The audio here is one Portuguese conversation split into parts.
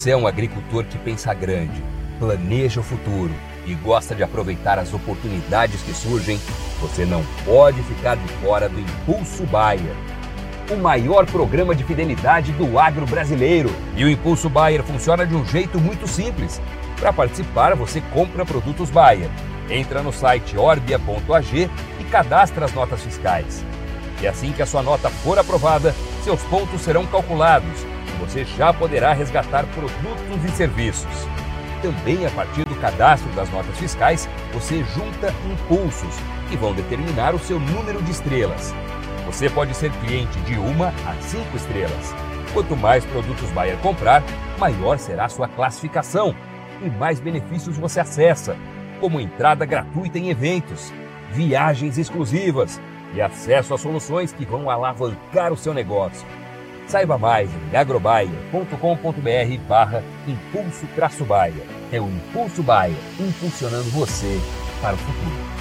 Você é um agricultor que pensa grande, planeja o futuro e gosta de aproveitar as oportunidades que surgem, você não pode ficar de fora do Impulso Bayer, o maior programa de fidelidade do agro brasileiro. E o Impulso Bayer funciona de um jeito muito simples. Para participar, você compra produtos Bayer, entra no site orbia.ag e cadastra as notas fiscais. E assim que a sua nota for aprovada, seus pontos serão calculados e você já poderá resgatar produtos e serviços. Também, a partir do cadastro das notas fiscais, você junta impulsos que vão determinar o seu número de estrelas. Você pode ser cliente de 1 a 5 estrelas. Quanto mais produtos Bayer comprar, maior será a sua classificação e mais benefícios você acessa, como entrada gratuita em eventos, viagens exclusivas e acesso a soluções que vão alavancar o seu negócio. Saiba mais em agrobayer.com.br/impulso-bayer. É o Impulso Bayer, impulsionando você para o futuro.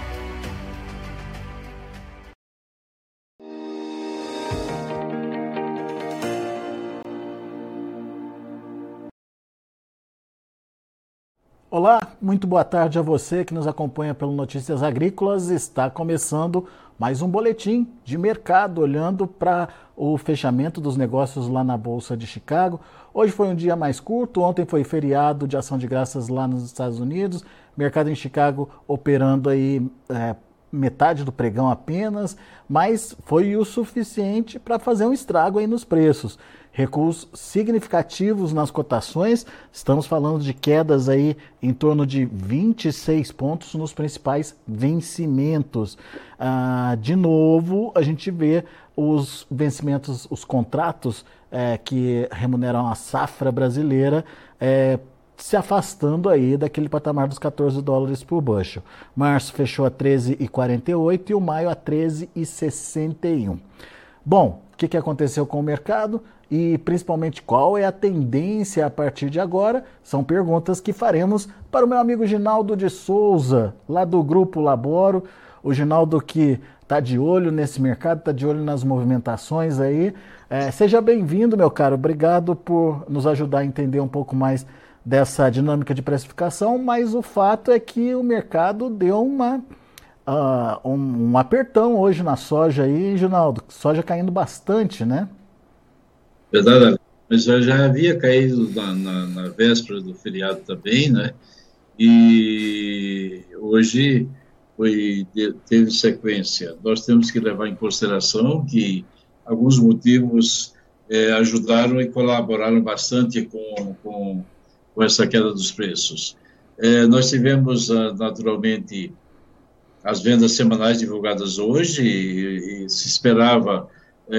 Olá, muito boa tarde a você que nos acompanha pelo Notícias Agrícolas. Está começando mais um boletim de mercado, olhando para o fechamento dos negócios lá na Bolsa de Chicago. Hoje foi um dia mais curto, ontem foi feriado de Ação de Graças lá nos Estados Unidos. Mercado em Chicago operando aí metade do pregão apenas, mas foi o suficiente para fazer um estrago aí nos preços. Recuos significativos nas cotações, estamos falando de quedas aí em torno de 26 pontos nos principais vencimentos. De novo, a gente vê os vencimentos, os contratos que remuneram a safra brasileira se afastando aí daquele patamar dos 14 dólares por bushel. Março fechou a 13,48 e o maio a 13,61. Bom, o que aconteceu com o mercado e principalmente qual é a tendência a partir de agora? São perguntas que faremos para o meu amigo Ginaldo de Souza, lá do Grupo Laboro. O Ginaldo que está de olho nesse mercado, está de olho nas movimentações aí. Seja bem-vindo, meu caro. Obrigado por nos ajudar a entender um pouco mais dessa dinâmica de precificação, mas o fato é que o mercado deu um apertão hoje na soja aí, Ginaldo. Soja caindo bastante, né? Verdade, mas já havia caído na véspera do feriado também, né? E hoje teve sequência. Nós temos que levar em consideração que alguns motivos ajudaram e colaboraram bastante com essa queda dos preços. Nós tivemos, naturalmente, as vendas semanais divulgadas hoje e se esperava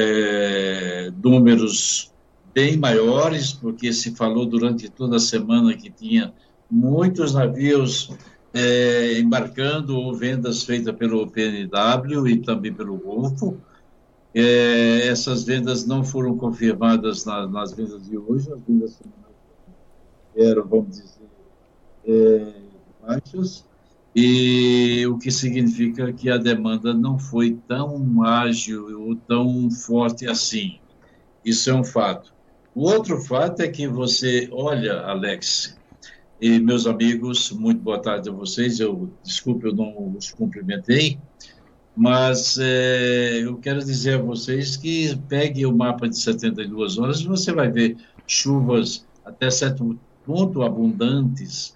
números bem maiores, porque se falou durante toda a semana que tinha muitos navios embarcando ou vendas feitas pelo PNW e também pelo Golfo. Essas vendas não foram confirmadas nas vendas de hoje, as vendas semanais eram, vamos dizer, baixas, e o que significa que a demanda não foi tão ágil ou tão forte assim. Isso é um fato. O outro fato é que você olha, Alex, e meus amigos, muito boa tarde a vocês, desculpe, eu não os cumprimentei, mas eu quero dizer a vocês que pegue o mapa de 72 horas e você vai ver chuvas até certo ponto abundantes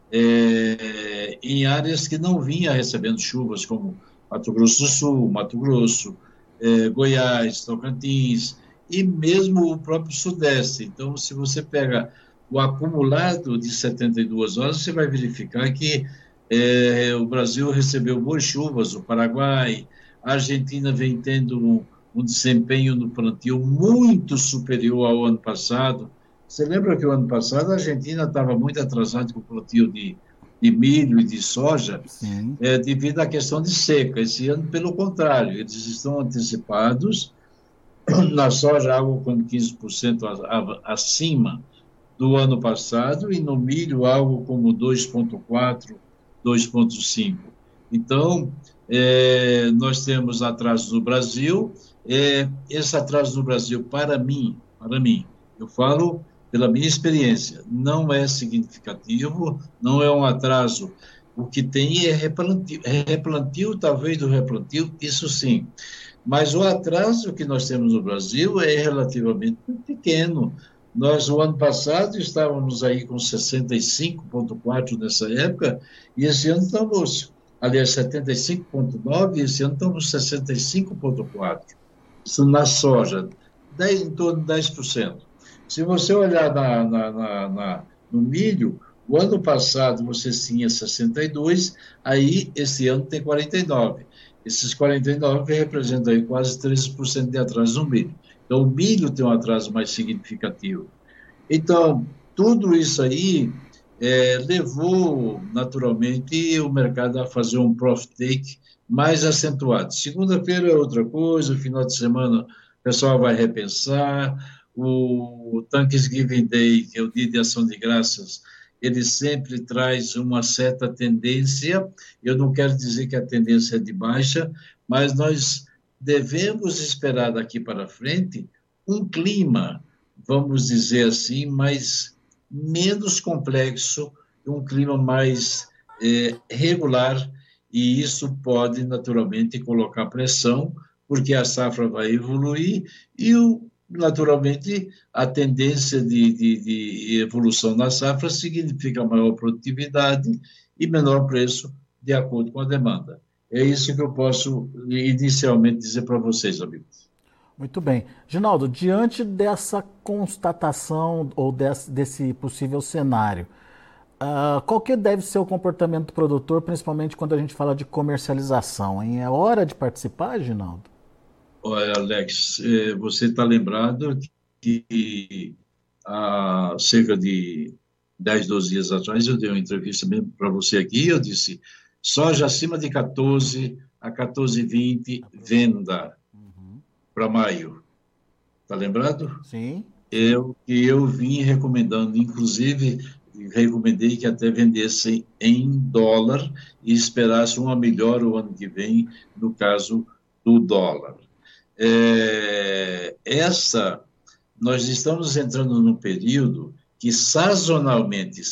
em áreas que não vinha recebendo chuvas, como Mato Grosso do Sul, Mato Grosso, Goiás, Tocantins e mesmo o próprio Sudeste. Então, se você pega o acumulado de 72 horas, você vai verificar que o Brasil recebeu boas chuvas, o Paraguai, a Argentina vem tendo um desempenho no plantio muito superior ao ano passado. Você lembra que o ano passado a Argentina estava muito atrasada com o plantio de milho e de soja, devido à questão de seca. Esse ano, pelo contrário, eles estão antecipados. Na soja, algo como 15% acima do ano passado, e no milho, algo como 2,4%, 2,5%. Então, nós temos atraso no Brasil. Esse atraso no Brasil, para mim, eu falo pela minha experiência, não é significativo, não é um atraso. O que tem é replantio, talvez do replantio, isso sim. Mas o atraso que nós temos no Brasil é relativamente pequeno. Nós, o ano passado, estávamos aí com 65,4 nessa época, e esse ano estamos, aliás, 75,9, e esse ano estamos 65,4. Isso na soja, em torno de 10%. Se você olhar no milho, o ano passado você tinha 62, aí esse ano tem 49. Esses 49 representam aí quase 13% de atraso no milho. Então, o milho tem um atraso mais significativo. Então, tudo isso aí levou, naturalmente, o mercado a fazer um profit take mais acentuado. Segunda-feira é outra coisa, final de semana o pessoal vai repensar, o Thanksgiving Day, que é o dia de ação de graças, ele sempre traz uma certa tendência. Eu não quero dizer que a tendência é de baixa, mas nós devemos esperar daqui para frente um clima, vamos dizer assim, menos complexo, um clima mais regular, e isso pode, naturalmente, colocar pressão, porque a safra vai evoluir e, naturalmente, a tendência de evolução na safra significa maior produtividade e menor preço, de acordo com a demanda. É isso que eu posso inicialmente dizer para vocês, amigos. Muito bem. Ginaldo, diante dessa constatação ou desse possível cenário, qual que deve ser o comportamento do produtor, principalmente quando a gente fala de comercialização, hein? É hora de participar, Ginaldo? Olha, Alex, você está lembrado que há cerca de 10, 12 dias atrás eu dei uma entrevista mesmo para você aqui, eu disse, soja acima de 14 a 14,20, venda para maio. Está lembrado? Sim. Eu vim recomendando, inclusive, recomendei que até vendessem em dólar e esperasse uma melhora o ano que vem, no caso do dólar. Nós estamos entrando num período que sazonalmente,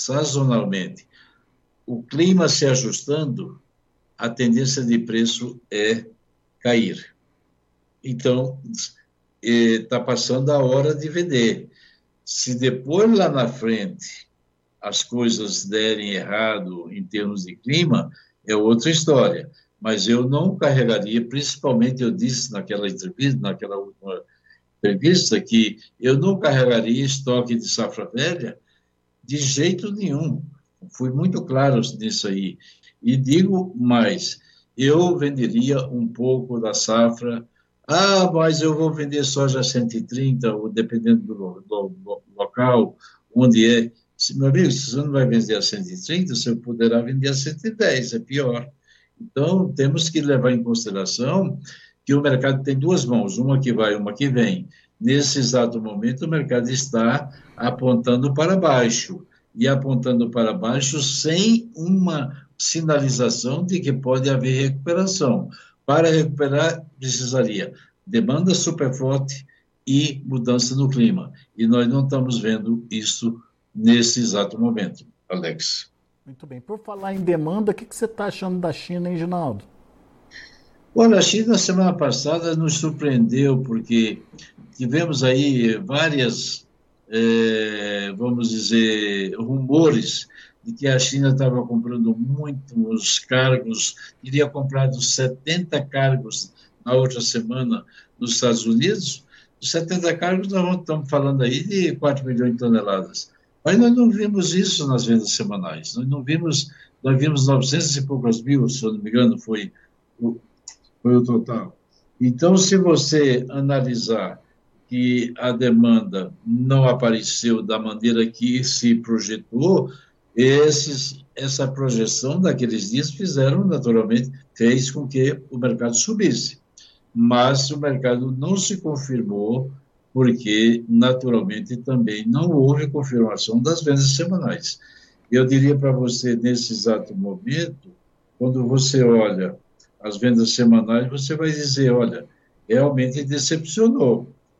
o clima se ajustando, a tendência de preço é cair. Então, está passando a hora de vender. Se depois, lá na frente, as coisas derem errado em termos de clima, é outra história. Mas eu não carregaria, principalmente eu disse naquela última entrevista, que eu não carregaria estoque de safra velha de jeito nenhum. Fui muito claro nisso aí. E digo mais, eu venderia um pouco da safra. Mas eu vou vender soja a 130, ou dependendo do local, onde é. Meu amigo, se você não vai vender a 130, você poderá vender a 110, é pior. Então, temos que levar em consideração que o mercado tem duas mãos, uma que vai, uma que vem. Nesse exato momento, o mercado está apontando para baixo, e apontando para baixo sem uma sinalização de que pode haver recuperação. Para recuperar, precisaria demanda super forte e mudança no clima. E nós não estamos vendo isso nesse exato momento, Alex. Muito bem. Por falar em demanda, o que você está achando da China, hein, Ginaldo? Olha, a China, semana passada, nos surpreendeu, porque tivemos aí várias, vamos dizer, rumores de que a China estava comprando muitos cargos, iria comprar 70 cargos na outra semana nos Estados Unidos. Os 70 cargos, nós estamos falando aí de 4 milhões de toneladas. Mas nós não vimos isso nas vendas semanais. Nós vimos 900 e poucas mil, se eu não me engano, foi o total. Então, se você analisar que a demanda não apareceu da maneira que se projetou, essa projeção daqueles dias fez com que o mercado subisse. Mas o mercado não se confirmou, porque, naturalmente, também não houve confirmação das vendas semanais. Eu diria para você, nesse exato momento, quando você olha as vendas semanais, você vai dizer, olha, realmente decepcionou.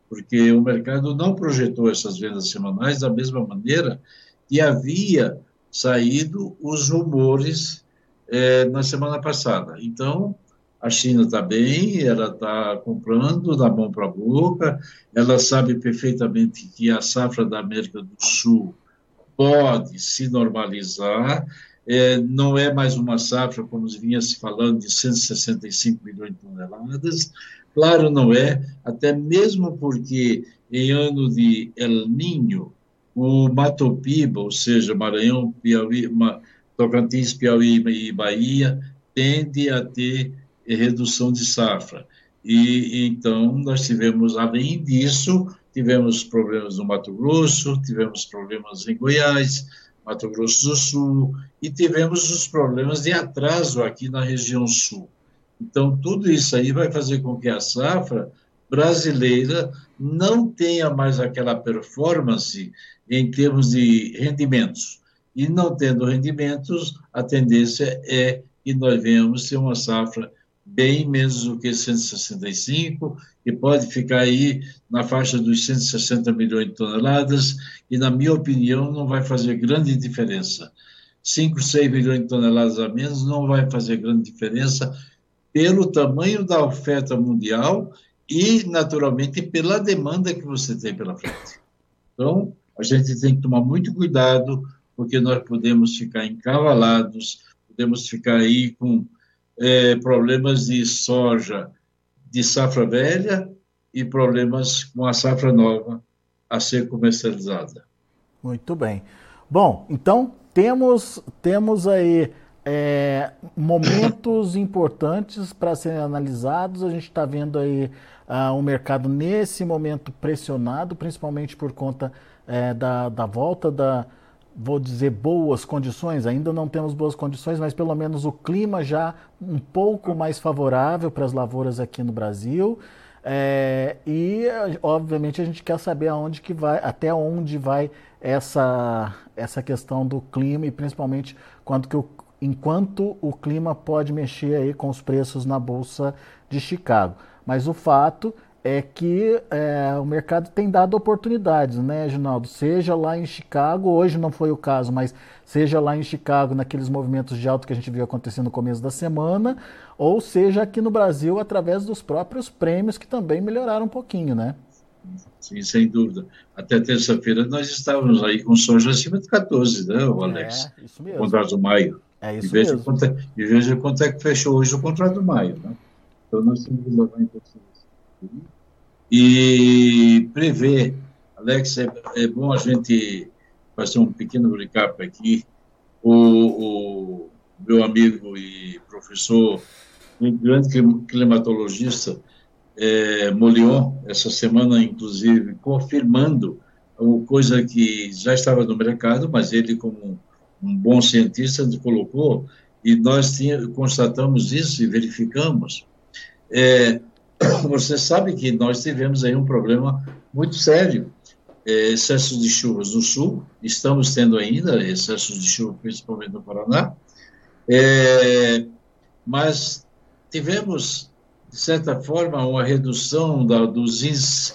porque o mercado não projetou essas vendas semanais da mesma maneira que havia saído os rumores na semana passada. Então, a China está bem, ela está comprando da mão para a boca, ela sabe perfeitamente que a safra da América do Sul pode se normalizar, não é mais uma safra, como vinha se falando, de 165 milhões de toneladas. Claro, não é, até mesmo porque em ano de El Niño, o Mato Piba, ou seja, Maranhão, Piauí, Tocantins, Piauí e Bahia, tende a ter redução de safra. E então nós tivemos, além disso, tivemos problemas no Mato Grosso, tivemos problemas em Goiás, Mato Grosso do Sul, e tivemos os problemas de atraso aqui na região sul. Então, tudo isso aí vai fazer com que a safra brasileira não tenha mais aquela performance em termos de rendimentos. E não tendo rendimentos, a tendência é que nós venhamos ter uma safra bem menos do que 165, que pode ficar aí na faixa dos 160 milhões de toneladas, e, na minha opinião, não vai fazer grande diferença. 5, 6 milhões de toneladas a menos não vai fazer grande diferença pelo tamanho da oferta mundial e, naturalmente, pela demanda que você tem pela frente. Então, a gente tem que tomar muito cuidado, porque nós podemos ficar encavalados, podemos ficar aí com problemas de soja de safra velha e problemas com a safra nova a ser comercializada. Muito bem. Bom, então temos aí momentos importantes para serem analisados. A gente está vendo aí o mercado nesse momento pressionado, principalmente por conta da volta vou dizer, boas condições. Ainda não temos boas condições, mas pelo menos o clima já um pouco mais favorável para as lavouras aqui no Brasil. E, obviamente, a gente quer saber até onde vai essa questão do clima e, principalmente, enquanto o clima pode mexer aí com os preços na Bolsa de Chicago. Mas o fato é que o mercado tem dado oportunidades, né, Reginaldo? Seja lá em Chicago, hoje não foi o caso, mas seja lá em Chicago, naqueles movimentos de alta que a gente viu acontecendo no começo da semana, ou seja aqui no Brasil, através dos próprios prêmios, que também melhoraram um pouquinho, né? Sim, sem dúvida. Até terça-feira nós estávamos aí com soja acima de 14, né, Alex? Isso mesmo. O contrato maio. É isso mesmo. E veja quanto é que fechou hoje o contrato maio, né? Então nós temos que levar em consideração e prever. Alex, é bom a gente fazer um pequeno recap aqui. O meu amigo e professor, um grande climatologista, Molion, essa semana, inclusive, confirmando uma coisa que já estava no mercado, mas ele, como um bom cientista, colocou, e nós constatamos isso e verificamos. Você sabe que nós tivemos aí um problema muito sério, excessos de chuvas no sul, estamos tendo ainda excessos de chuva, principalmente no Paraná, mas tivemos, de certa forma, uma redução dos índices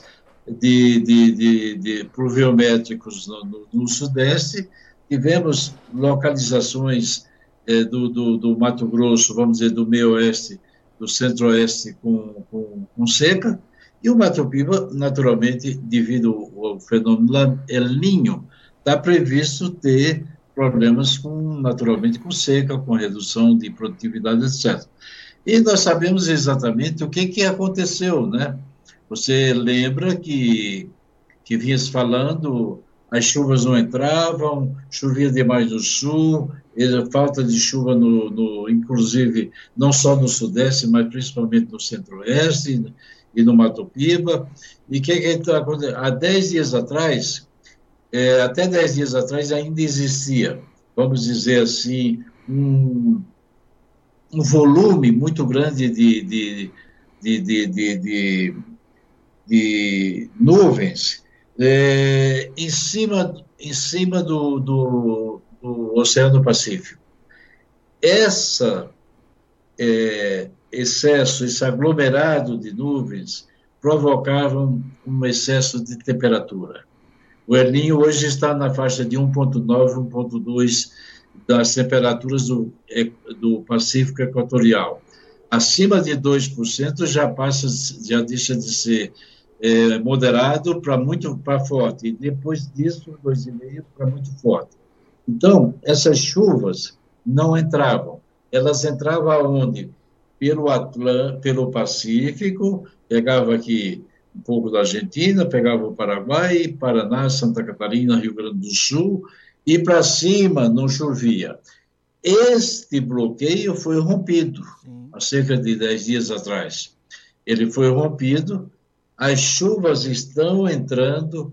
de pluviométricos no Sudeste, tivemos localizações do Mato Grosso, vamos dizer, do meio-oeste, do centro-oeste com seca, e o Mato Piba, naturalmente, devido ao fenômeno El Niño, está previsto ter problemas naturalmente com seca, com redução de produtividade, etc. E nós sabemos exatamente o que aconteceu, né? Você lembra que vinha se falando, as chuvas não entravam, chovia demais no sul, falta de chuva, inclusive, não só no Sudeste, mas principalmente no Centro-Oeste e no Mato Piba. E o que está acontecendo? Há 10 dias atrás, até 10 dias atrás, ainda existia, vamos dizer assim, um volume muito grande de nuvens em cima do Oceano Pacífico. Esse aglomerado de nuvens provocavam um excesso de temperatura. O El Niño hoje está na faixa de 1,9, 1,2 das temperaturas do Pacífico Equatorial. Acima de 2% já deixa de ser moderado para forte, e depois disso, 2,5% para muito forte. Então, essas chuvas não entravam. Elas entravam aonde? Pelo Pacífico, pegava aqui um pouco da Argentina, pegava o Paraguai, Paraná, Santa Catarina, Rio Grande do Sul, e para cima não chovia. Este bloqueio foi rompido há cerca de 10 dias atrás. Ele foi rompido, as chuvas estão entrando,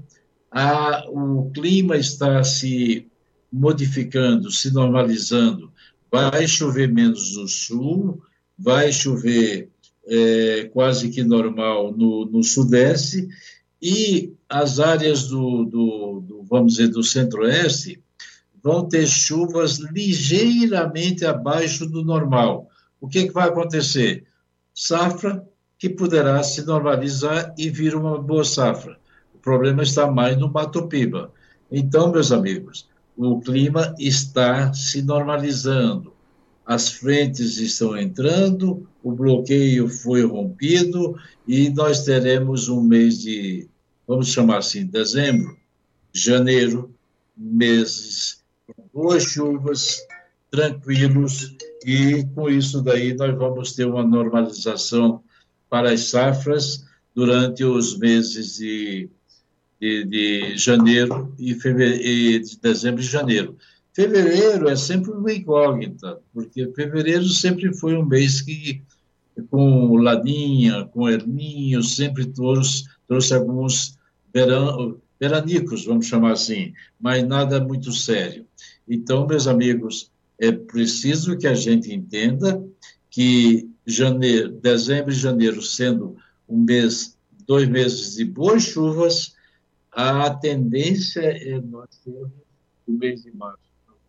o clima está se modificando, se normalizando. Vai chover menos no sul, vai chover quase que normal no sudeste, e as áreas vamos dizer, do centro-oeste vão ter chuvas ligeiramente abaixo do normal. O que vai acontecer? Safra que poderá se normalizar e vir uma boa safra. O problema está mais no Mato Piba. Então, meus amigos, o clima está se normalizando. As frentes estão entrando, o bloqueio foi rompido e nós teremos um mês de, vamos chamar assim, dezembro, janeiro, meses com boas chuvas, tranquilos, e com isso daí nós vamos ter uma normalização para as safras durante os meses de janeiro e de dezembro e janeiro. Fevereiro é sempre uma incógnita, porque fevereiro sempre foi um mês que, com Laninha, com El Niño, sempre trouxe alguns veranicos, vamos chamar assim, mas nada muito sério. Então, meus amigos, é preciso que a gente entenda que dezembro e janeiro, sendo 2 meses de boas chuvas, a tendência é nós termos o mês de março,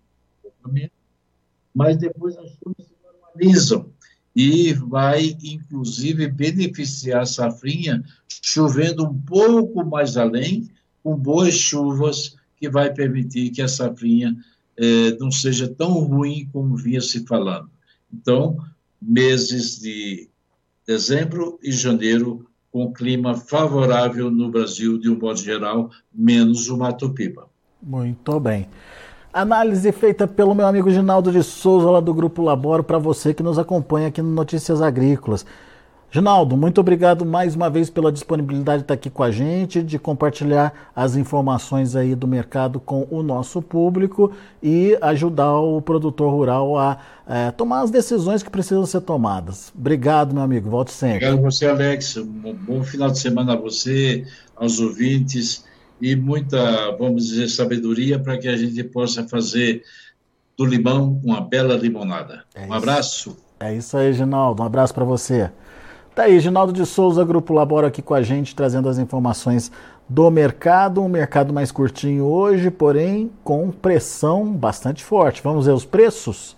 mas depois as chuvas se normalizam e vai, inclusive, beneficiar a safrinha chovendo um pouco mais além, com boas chuvas, que vai permitir que a safrinha não seja tão ruim como vinha se falando. Então, meses de dezembro e janeiro com clima favorável no Brasil, de um modo geral, menos o Mato Piba. Muito bem. Análise feita pelo meu amigo Ginaldo de Souza, lá do Grupo Laboro, para você que nos acompanha aqui no Notícias Agrícolas. Ginaldo, muito obrigado mais uma vez pela disponibilidade de estar aqui com a gente, de compartilhar as informações aí do mercado com o nosso público e ajudar o produtor rural a tomar as decisões que precisam ser tomadas. Obrigado, meu amigo. Volte sempre. Obrigado a você, Alex. Um bom final de semana a você, aos ouvintes, e muita, vamos dizer, sabedoria para que a gente possa fazer do limão uma bela limonada. Um abraço. É isso aí, Ginaldo. Um abraço para você. Tá aí, Ginaldo de Souza, Grupo Laboro, aqui com a gente, trazendo as informações do mercado. Um mercado mais curtinho hoje, porém com pressão bastante forte. Vamos ver os preços?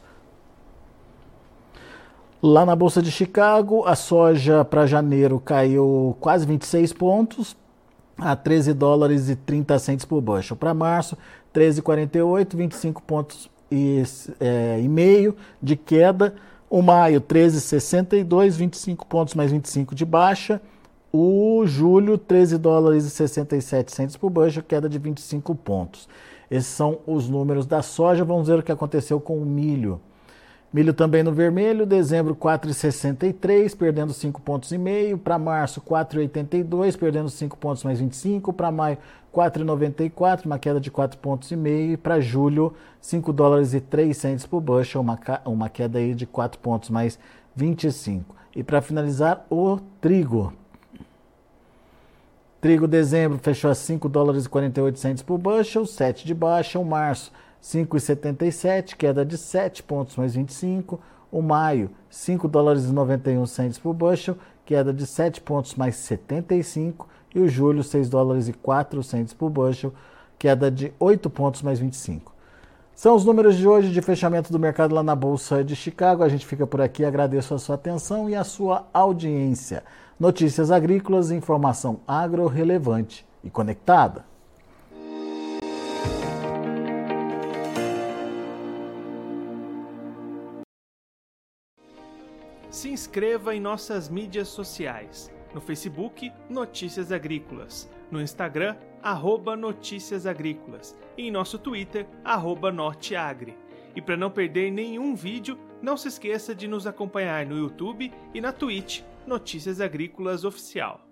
Lá na Bolsa de Chicago, a soja para janeiro caiu quase 26 pontos, a 13 dólares e 30 centes por bushel. Para março, 13,48, 25 pontos e meio de queda. O maio, 13,62, 25 pontos mais 25 de baixa. O julho, 13 dólares e 67 centes por bushel, queda de 25 pontos. Esses são os números da soja. Vamos ver o que aconteceu com o milho. Milho também no vermelho, dezembro 4,63, perdendo 5 pontos e meio. Para março, 4,82, perdendo 5 pontos mais 25. Para maio, 4,94, uma queda de 4 pontos e meio. Para julho, 5 dólares e 3 centes por bushel, uma queda aí de 4 pontos mais 25. E para finalizar, o trigo. Trigo dezembro fechou a 5 dólares e 48 centes por bushel, 7 de baixa. O março, 5,77, queda de 7 pontos mais 25. O maio, 5 dólares e 91 centes por bushel, queda de 7 pontos mais 75. E o julho, 6 dólares e 4 centes por bushel, queda de 8 pontos mais 25. São os números de hoje de fechamento do mercado lá na Bolsa de Chicago. A gente fica por aqui, agradeço a sua atenção e a sua audiência. Notícias agrícolas, informação agro relevante e conectada. Se inscreva em nossas mídias sociais. No Facebook, Notícias Agrícolas. No Instagram, @Notícias Agrícolas. E em nosso Twitter, @Norteagri. E para não perder nenhum vídeo, não se esqueça de nos acompanhar no YouTube e na Twitch, Notícias Agrícolas Oficial.